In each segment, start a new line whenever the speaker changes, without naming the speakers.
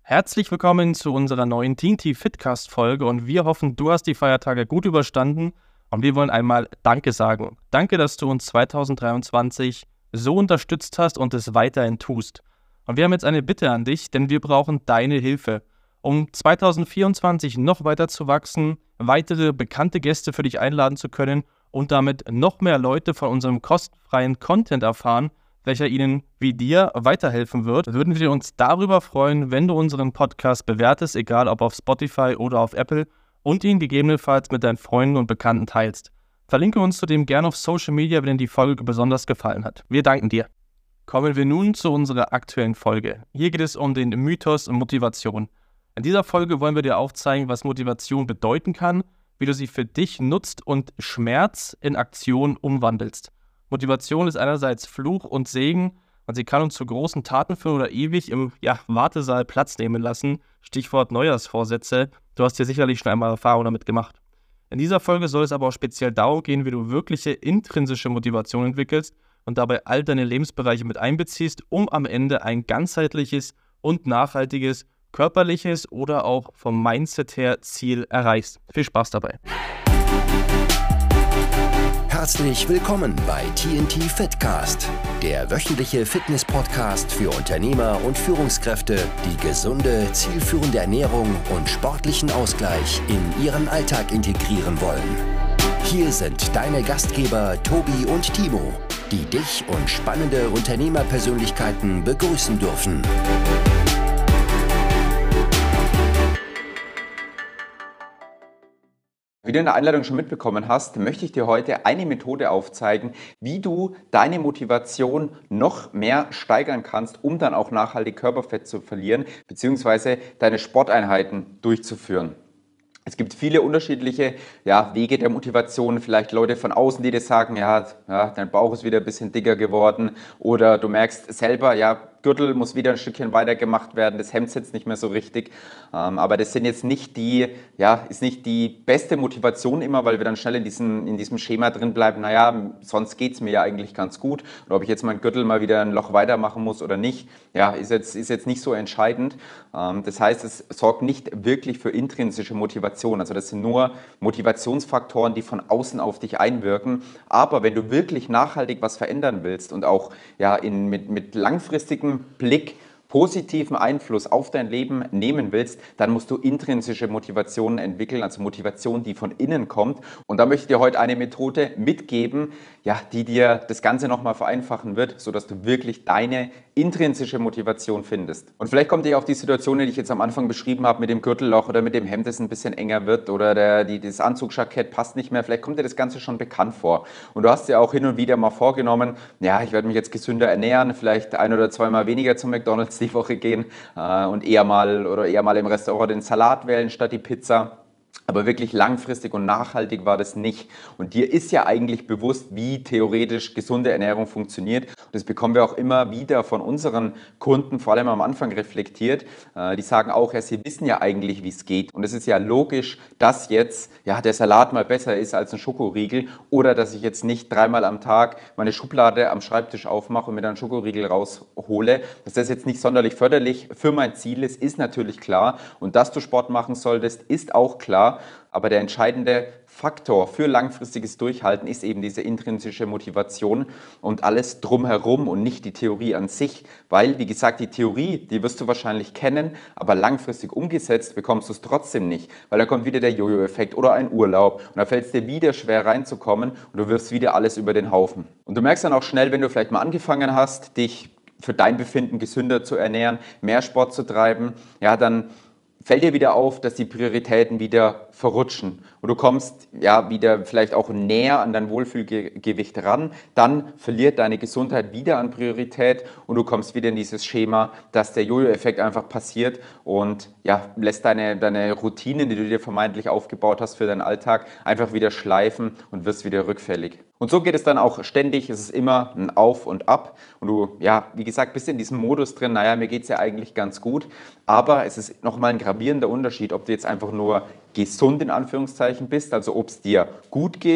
Herzlich willkommen zu unserer neuen TNT Fitcast Folge und wir hoffen, du hast die Feiertage gut überstanden und wir wollen einmal Danke sagen. Danke, dass du uns 2023 so unterstützt hast und es weiterhin tust. Und wir haben jetzt eine Bitte an dich, denn wir brauchen deine Hilfe. Um 2024 noch weiter zu wachsen, weitere bekannte Gäste für dich einladen zu können und damit noch mehr Leute von unserem kostenfreien Content erfahren, welcher Ihnen wie dir weiterhelfen wird, würden wir uns darüber freuen, wenn du unseren Podcast bewertest, egal ob auf Spotify oder auf Apple, und ihn gegebenenfalls mit deinen Freunden und Bekannten teilst. Verlinke uns zudem gerne auf Social Media, wenn dir die Folge besonders gefallen hat. Wir danken dir. Kommen wir nun zu unserer aktuellen Folge. Hier geht es um den Mythos Motivation. In dieser Folge wollen wir dir aufzeigen, was Motivation bedeuten kann, wie du sie für dich nutzt und Schmerz in Aktion umwandelst. Motivation ist einerseits Fluch und Segen und sie kann uns zu großen Taten führen oder ewig im Wartesaal Platz nehmen lassen. Stichwort Neujahrsvorsätze. Du hast hier sicherlich schon einmal Erfahrung damit gemacht. In dieser Folge soll es aber auch speziell darum gehen, wie du wirkliche intrinsische Motivation entwickelst und dabei all deine Lebensbereiche mit einbeziehst, um am Ende ein ganzheitliches und nachhaltiges, körperliches oder auch vom Mindset her Ziel erreichst. Viel Spaß dabei.
Herzlich willkommen bei TNT Fitcast, der wöchentliche Fitness-Podcast für Unternehmer und Führungskräfte, die gesunde, zielführende Ernährung und sportlichen Ausgleich in ihren Alltag integrieren wollen. Hier sind deine Gastgeber Tobi und Timo, die dich und spannende Unternehmerpersönlichkeiten begrüßen dürfen.
Wie du in der Einleitung schon mitbekommen hast, möchte ich dir heute eine Methode aufzeigen, wie du deine Motivation noch mehr steigern kannst, um dann auch nachhaltig Körperfett zu verlieren, beziehungsweise deine Sporteinheiten durchzuführen. Es gibt viele unterschiedliche Wege der Motivation, vielleicht Leute von außen, die dir sagen, dein Bauch ist wieder ein bisschen dicker geworden, oder du merkst selber, Gürtel muss wieder ein Stückchen weiter gemacht werden, das Hemd sitzt nicht mehr so richtig, aber das sind jetzt nicht ist nicht die beste Motivation immer, weil wir dann schnell in diesem Schema drin bleiben, sonst geht es mir ja eigentlich ganz gut, oder ob ich jetzt meinen Gürtel mal wieder ein Loch weitermachen muss oder nicht, ist jetzt nicht so entscheidend. Das heißt, es sorgt nicht wirklich für intrinsische Motivation, also das sind nur Motivationsfaktoren, die von außen auf dich einwirken, aber wenn du wirklich nachhaltig was verändern willst und auch mit langfristigem Blick positiven Einfluss auf dein Leben nehmen willst, dann musst du intrinsische Motivationen entwickeln, also Motivation, die von innen kommt. Und da möchte ich dir heute eine Methode mitgeben, die dir das Ganze nochmal vereinfachen wird, sodass du wirklich deine intrinsische Motivation findest. Und vielleicht kommt dir auch die Situation, die ich jetzt am Anfang beschrieben habe, mit dem Gürtelloch oder mit dem Hemd, das ein bisschen enger wird oder das Anzugsjackett passt nicht mehr. Vielleicht kommt dir das Ganze schon bekannt vor. Und du hast dir auch hin und wieder mal vorgenommen, ich werde mich jetzt gesünder ernähren, vielleicht ein- oder zweimal weniger zum McDonald's die Woche gehen und eher mal im Restaurant den Salat wählen statt die Pizza. Aber wirklich langfristig und nachhaltig war das nicht. Und dir ist ja eigentlich bewusst, wie theoretisch gesunde Ernährung funktioniert. Und das bekommen wir auch immer wieder von unseren Kunden, vor allem am Anfang reflektiert. Die sagen auch, sie wissen ja eigentlich, wie es geht. Und es ist ja logisch, dass jetzt der Salat mal besser ist als ein Schokoriegel oder dass ich jetzt nicht dreimal am Tag meine Schublade am Schreibtisch aufmache und mir dann einen Schokoriegel raushole. Dass das jetzt nicht sonderlich förderlich für mein Ziel ist natürlich klar. Und dass du Sport machen solltest, ist auch klar. Aber der entscheidende Faktor für langfristiges Durchhalten ist eben diese intrinsische Motivation und alles drumherum und nicht die Theorie an sich. Weil, wie gesagt, die Theorie, die wirst du wahrscheinlich kennen, aber langfristig umgesetzt bekommst du es trotzdem nicht. Weil da kommt wieder der Jojo-Effekt oder ein Urlaub und da fällt es dir wieder schwer reinzukommen und du wirfst wieder alles über den Haufen. Und du merkst dann auch schnell, wenn du vielleicht mal angefangen hast, dich für dein Befinden gesünder zu ernähren, mehr Sport zu treiben, dann fällt dir wieder auf, dass die Prioritäten wieder verrutschen und du kommst wieder vielleicht auch näher an dein Wohlfühlgewicht ran, dann verliert deine Gesundheit wieder an Priorität und du kommst wieder in dieses Schema, dass der Jojo-Effekt einfach passiert und lässt deine Routinen, die du dir vermeintlich aufgebaut hast für deinen Alltag, einfach wieder schleifen und wirst wieder rückfällig. Und so geht es dann auch ständig, es ist immer ein Auf und Ab und du, wie gesagt, bist in diesem Modus drin, mir geht es ja eigentlich ganz gut, aber es ist nochmal ein gravierender Unterschied, ob du jetzt einfach nur gesund in Anführungszeichen bist, also ob es dir gut geht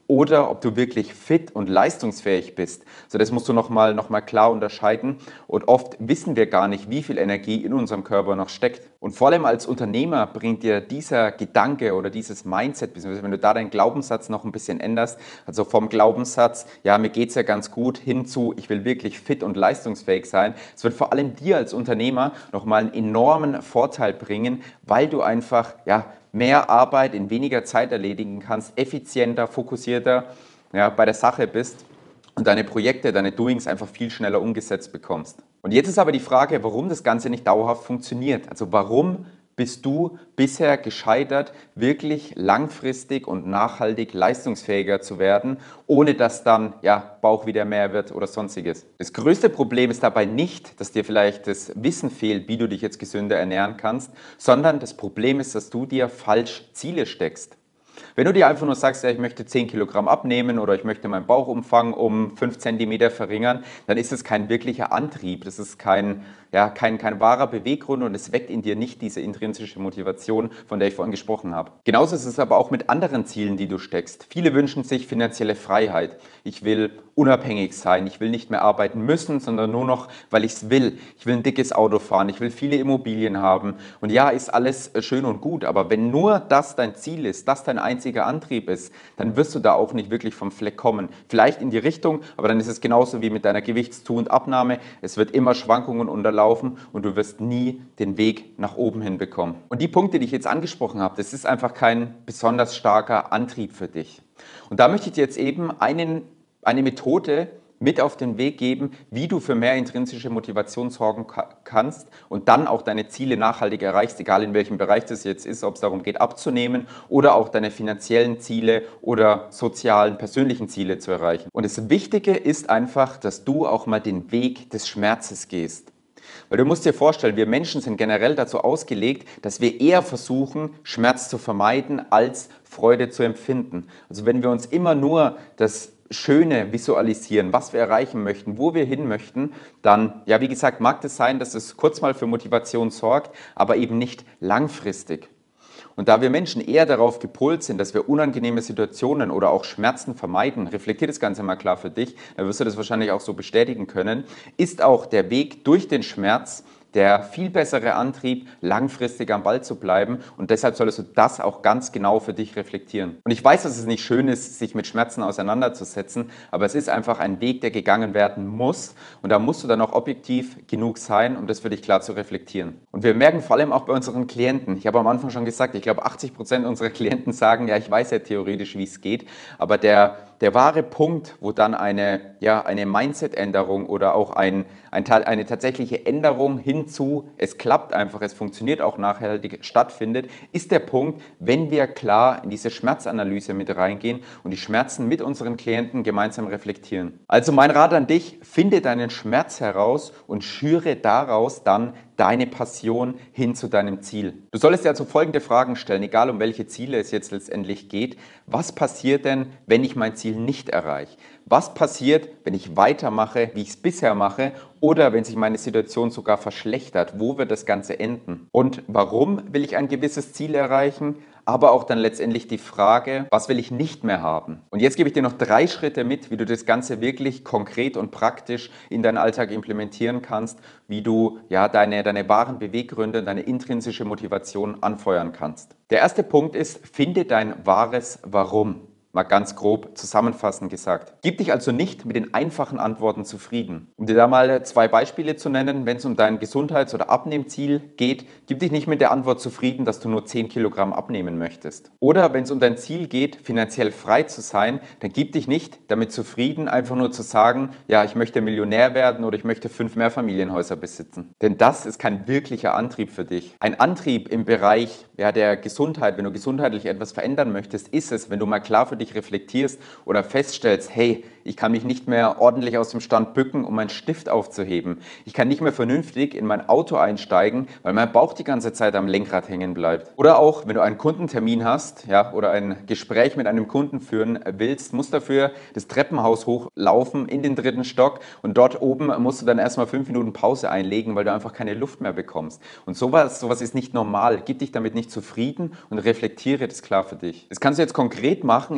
oder ob du wirklich fit und leistungsfähig bist. So, das musst du noch mal klar unterscheiden. Und oft wissen wir gar nicht, wie viel Energie in unserem Körper noch steckt. Und vor allem als Unternehmer bringt dir dieser Gedanke oder dieses Mindset, beziehungsweise wenn du da deinen Glaubenssatz noch ein bisschen änderst, also vom Glaubenssatz, ja, mir geht es ja ganz gut, hin zu, ich will wirklich fit und leistungsfähig sein. Es wird vor allem dir als Unternehmer nochmal einen enormen Vorteil bringen, weil du einfach, ja, mehr Arbeit in weniger Zeit erledigen kannst, effizienter, fokussierter, ja, bei der Sache bist und deine Projekte, deine Doings einfach viel schneller umgesetzt bekommst. Und jetzt ist aber die Frage, warum das Ganze nicht dauerhaft funktioniert. Also warum bist du bisher gescheitert, wirklich langfristig und nachhaltig leistungsfähiger zu werden, ohne dass dann Bauch wieder mehr wird oder sonstiges. Das größte Problem ist dabei nicht, dass dir vielleicht das Wissen fehlt, wie du dich jetzt gesünder ernähren kannst, sondern das Problem ist, dass du dir falsch Ziele steckst. Wenn du dir einfach nur sagst, ja, ich möchte 10 Kilogramm abnehmen oder ich möchte meinen Bauchumfang um 5 Zentimeter verringern, dann ist es kein wirklicher Antrieb, das ist kein wahrer Beweggrund und es weckt in dir nicht diese intrinsische Motivation, von der ich vorhin gesprochen habe. Genauso ist es aber auch mit anderen Zielen, die du steckst. Viele wünschen sich finanzielle Freiheit. Ich will unabhängig sein, ich will nicht mehr arbeiten müssen, sondern nur noch, weil ich es will. Ich will ein dickes Auto fahren, ich will viele Immobilien haben. Und ja, ist alles schön und gut, aber wenn nur das dein Ziel ist, das dein einziger Antrieb ist, dann wirst du da auch nicht wirklich vom Fleck kommen. Vielleicht in die Richtung, aber dann ist es genauso wie mit deiner Gewichtszu- und Abnahme. Es wird immer Schwankungen unterlaufen und du wirst nie den Weg nach oben hinbekommen. Und die Punkte, die ich jetzt angesprochen habe, das ist einfach kein besonders starker Antrieb für dich. Und da möchte ich dir jetzt eben eine Methode mit auf den Weg geben, wie du für mehr intrinsische Motivation sorgen kannst und dann auch deine Ziele nachhaltig erreichst, egal in welchem Bereich das jetzt ist, ob es darum geht abzunehmen oder auch deine finanziellen Ziele oder sozialen, persönlichen Ziele zu erreichen. Und das Wichtige ist einfach, dass du auch mal den Weg des Schmerzes gehst. Weil du musst dir vorstellen, wir Menschen sind generell dazu ausgelegt, dass wir eher versuchen, Schmerz zu vermeiden, als Freude zu empfinden. Also wenn wir uns immer nur das Schöne visualisieren, was wir erreichen möchten, wo wir hin möchten, dann, ja, wie gesagt, mag es sein, dass es kurz mal für Motivation sorgt, aber eben nicht langfristig. Und da wir Menschen eher darauf gepolt sind, dass wir unangenehme Situationen oder auch Schmerzen vermeiden, reflektiert das Ganze mal klar für dich, dann wirst du das wahrscheinlich auch so bestätigen können, ist auch der Weg durch den Schmerz der viel bessere Antrieb, langfristig am Ball zu bleiben, und deshalb solltest du das auch ganz genau für dich reflektieren. Und ich weiß, dass es nicht schön ist, sich mit Schmerzen auseinanderzusetzen, aber es ist einfach ein Weg, der gegangen werden muss, und da musst du dann auch objektiv genug sein, um das für dich klar zu reflektieren. Und wir merken vor allem auch bei unseren Klienten, ich habe am Anfang schon gesagt, ich glaube 80% unserer Klienten sagen, ja, ich weiß ja theoretisch, wie es geht, aber der wahre Punkt, wo dann eine Mindset-Änderung oder auch eine tatsächliche Änderung hinzu, es klappt einfach, es funktioniert auch nachhaltig, stattfindet, ist der Punkt, wenn wir klar in diese Schmerzanalyse mit reingehen und die Schmerzen mit unseren Klienten gemeinsam reflektieren. Also mein Rat an dich, finde deinen Schmerz heraus und schüre daraus dann deine Passion hin zu deinem Ziel. Du solltest dir also folgende Fragen stellen, egal um welche Ziele es jetzt letztendlich geht. Was passiert denn, wenn ich mein Ziel nicht erreiche? Was passiert, wenn ich weitermache, wie ich es bisher mache, oder wenn sich meine Situation sogar verschlechtert? Wo wird das Ganze enden? Und warum will ich ein gewisses Ziel erreichen? Aber auch dann letztendlich die Frage, was will ich nicht mehr haben? Und jetzt gebe ich dir noch 3 Schritte mit, wie du das Ganze wirklich konkret und praktisch in deinen Alltag implementieren kannst, wie du deine wahren Beweggründe, deine intrinsische Motivation anfeuern kannst. Der erste Punkt ist, finde dein wahres Warum. Mal ganz grob zusammenfassend gesagt. Gib dich also nicht mit den einfachen Antworten zufrieden. Um dir da mal 2 Beispiele zu nennen, wenn es um dein Gesundheits- oder Abnehmziel geht, gib dich nicht mit der Antwort zufrieden, dass du nur 10 Kilogramm abnehmen möchtest. Oder wenn es um dein Ziel geht, finanziell frei zu sein, dann gib dich nicht damit zufrieden, einfach nur zu sagen, ja, ich möchte Millionär werden oder ich möchte 5 Mehrfamilienhäuser besitzen. Denn das ist kein wirklicher Antrieb für dich. Ein Antrieb im Bereich der Gesundheit, wenn du gesundheitlich etwas verändern möchtest, ist es, wenn du mal klar für dich reflektierst oder feststellst, hey, ich kann mich nicht mehr ordentlich aus dem Stand bücken, um meinen Stift aufzuheben. Ich kann nicht mehr vernünftig in mein Auto einsteigen, weil mein Bauch die ganze Zeit am Lenkrad hängen bleibt. Oder auch, wenn du einen Kundentermin hast, oder ein Gespräch mit einem Kunden führen willst, musst dafür das Treppenhaus hochlaufen in den 3. Stock, und dort oben musst du dann erstmal 5 Minuten Pause einlegen, weil du einfach keine Luft mehr bekommst. Und sowas ist nicht normal. Gib dich damit nicht zufrieden und reflektiere das klar für dich. Das kannst du jetzt konkret machen,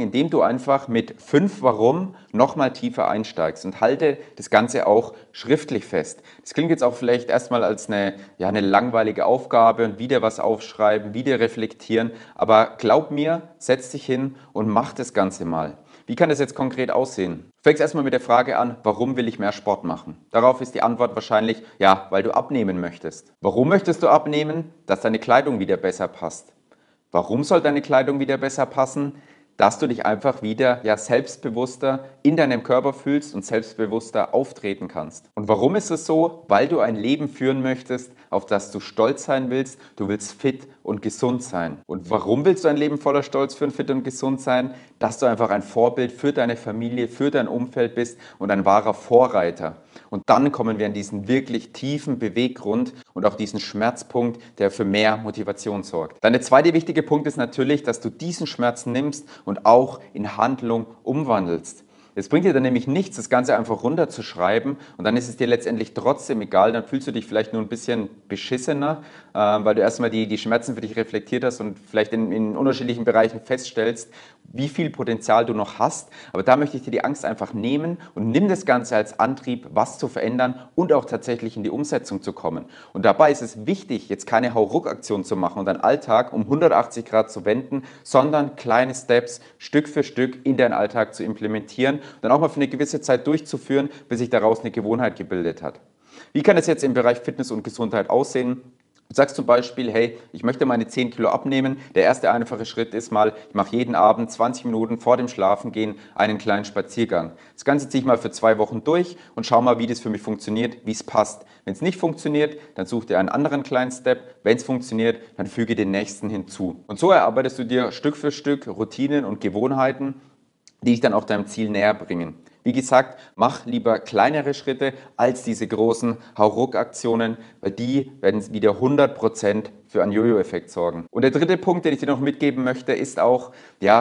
indem du einfach mit 5 Warum nochmal tiefer einsteigst und halte das Ganze auch schriftlich fest. Das klingt jetzt auch vielleicht erstmal als eine langweilige Aufgabe und wieder was aufschreiben, wieder reflektieren, aber glaub mir, setz dich hin und mach das Ganze mal. Wie kann das jetzt konkret aussehen? Du fängst erstmal mit der Frage an, warum will ich mehr Sport machen? Darauf ist die Antwort wahrscheinlich, ja, weil du abnehmen möchtest. Warum möchtest du abnehmen? Dass deine Kleidung wieder besser passt. Warum soll deine Kleidung wieder besser passen? Dass du dich einfach wieder selbstbewusster in deinem Körper fühlst und selbstbewusster auftreten kannst. Und warum ist es so? Weil du ein Leben führen möchtest, auf das du stolz sein willst. Du willst fit und gesund sein. Und warum willst du ein Leben voller Stolz führen, fit und gesund sein? Dass du einfach ein Vorbild für deine Familie, für dein Umfeld bist und ein wahrer Vorreiter. Und dann kommen wir an diesen wirklich tiefen Beweggrund und auch diesen Schmerzpunkt, der für mehr Motivation sorgt. Dann der zweite wichtige Punkt ist natürlich, dass du diesen Schmerz nimmst und auch in Handlung umwandelst. Es bringt dir dann nämlich nichts, das Ganze einfach runterzuschreiben und dann ist es dir letztendlich trotzdem egal, dann fühlst du dich vielleicht nur ein bisschen beschissener, weil du erstmal die Schmerzen für dich reflektiert hast und vielleicht in unterschiedlichen Bereichen feststellst, wie viel Potenzial du noch hast. Aber da möchte ich dir die Angst einfach nehmen und nimm das Ganze als Antrieb, was zu verändern und auch tatsächlich in die Umsetzung zu kommen. Und dabei ist es wichtig, jetzt keine Hauruck-Aktion zu machen und deinen Alltag um 180 Grad zu wenden, sondern kleine Steps Stück für Stück in deinen Alltag zu implementieren und dann auch mal für eine gewisse Zeit durchzuführen, bis sich daraus eine Gewohnheit gebildet hat. Wie kann es jetzt im Bereich Fitness und Gesundheit aussehen? Du sagst zum Beispiel, hey, ich möchte meine 10 Kilo abnehmen. Der erste einfache Schritt ist mal, ich mache jeden Abend 20 Minuten vor dem Schlafengehen einen kleinen Spaziergang. Das Ganze ziehe ich mal für 2 Wochen durch und schau mal, wie das für mich funktioniert, wie es passt. Wenn es nicht funktioniert, dann such dir einen anderen kleinen Step. Wenn es funktioniert, dann füge den nächsten hinzu. Und so erarbeitest du dir Stück für Stück Routinen und Gewohnheiten, die dich dann auch deinem Ziel näher bringen. Wie gesagt, mach lieber kleinere Schritte als diese großen Hauruck-Aktionen, weil die werden wieder 100% für einen Jojo-Effekt sorgen. Und der dritte Punkt, den ich dir noch mitgeben möchte, ist auch,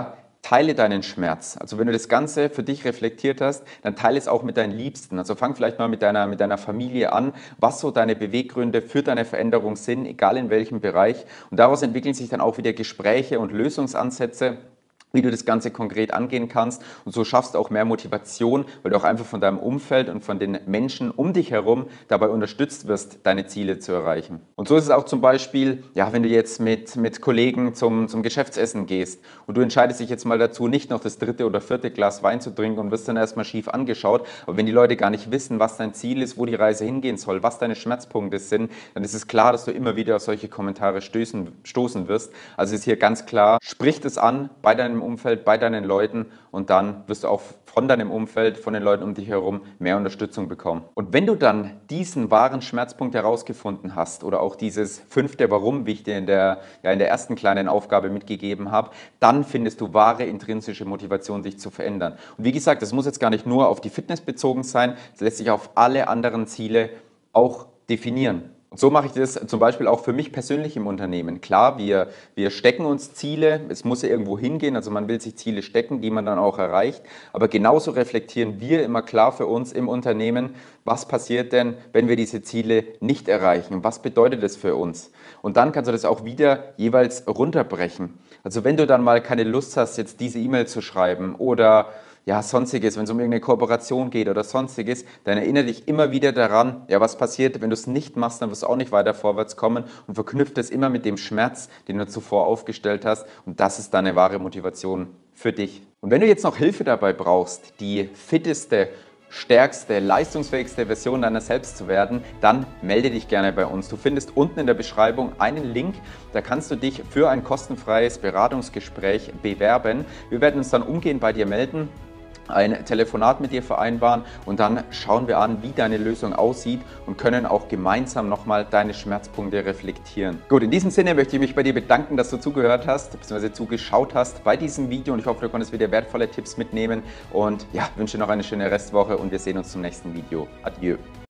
teile deinen Schmerz. Also wenn du das Ganze für dich reflektiert hast, dann teile es auch mit deinen Liebsten. Also fang vielleicht mal mit deiner Familie an, was so deine Beweggründe für deine Veränderung sind, egal in welchem Bereich. Und daraus entwickeln sich dann auch wieder Gespräche und Lösungsansätze, wie du das Ganze konkret angehen kannst und so schaffst du auch mehr Motivation, weil du auch einfach von deinem Umfeld und von den Menschen um dich herum dabei unterstützt wirst, deine Ziele zu erreichen. Und so ist es auch zum Beispiel, wenn du jetzt mit Kollegen zum Geschäftsessen gehst und du entscheidest dich jetzt mal dazu, nicht noch das 3. oder 4. Glas Wein zu trinken und wirst dann erstmal schief angeschaut, aber wenn die Leute gar nicht wissen, was dein Ziel ist, wo die Reise hingehen soll, was deine Schmerzpunkte sind, dann ist es klar, dass du immer wieder auf solche Kommentare stoßen wirst. Also ist hier ganz klar, sprich das an bei deinem Umfeld, bei deinen Leuten und dann wirst du auch von deinem Umfeld, von den Leuten um dich herum mehr Unterstützung bekommen. Und wenn du dann diesen wahren Schmerzpunkt herausgefunden hast oder auch dieses 5. Warum, wie ich dir in der ersten kleinen Aufgabe mitgegeben habe, dann findest du wahre intrinsische Motivation, dich zu verändern. Und wie gesagt, das muss jetzt gar nicht nur auf die Fitness bezogen sein, es lässt sich auf alle anderen Ziele auch definieren. Und so mache ich das zum Beispiel auch für mich persönlich im Unternehmen. Klar, wir stecken uns Ziele, es muss ja irgendwo hingehen, also man will sich Ziele stecken, die man dann auch erreicht. Aber genauso reflektieren wir immer klar für uns im Unternehmen, was passiert denn, wenn wir diese Ziele nicht erreichen? Was bedeutet das für uns? Und dann kannst du das auch wieder jeweils runterbrechen. Also wenn du dann mal keine Lust hast, jetzt diese E-Mail zu schreiben oder Sonstiges, wenn es um irgendeine Kooperation geht oder Sonstiges, dann erinnere dich immer wieder daran, was passiert, wenn du es nicht machst, dann wirst du auch nicht weiter vorwärts kommen und verknüpft es immer mit dem Schmerz, den du zuvor aufgestellt hast und das ist deine wahre Motivation für dich. Und wenn du jetzt noch Hilfe dabei brauchst, die fitteste, stärkste, leistungsfähigste Version deiner selbst zu werden, dann melde dich gerne bei uns. Du findest unten in der Beschreibung einen Link, da kannst du dich für ein kostenfreies Beratungsgespräch bewerben. Wir werden uns dann umgehend bei dir melden, ein Telefonat mit dir vereinbaren und dann schauen wir an, wie deine Lösung aussieht und können auch gemeinsam nochmal deine Schmerzpunkte reflektieren. Gut, in diesem Sinne möchte ich mich bei dir bedanken, dass du zugehört hast bzw. zugeschaut hast bei diesem Video und ich hoffe, du konntest wieder wertvolle Tipps mitnehmen und wünsche noch eine schöne Restwoche und wir sehen uns zum nächsten Video. Adieu.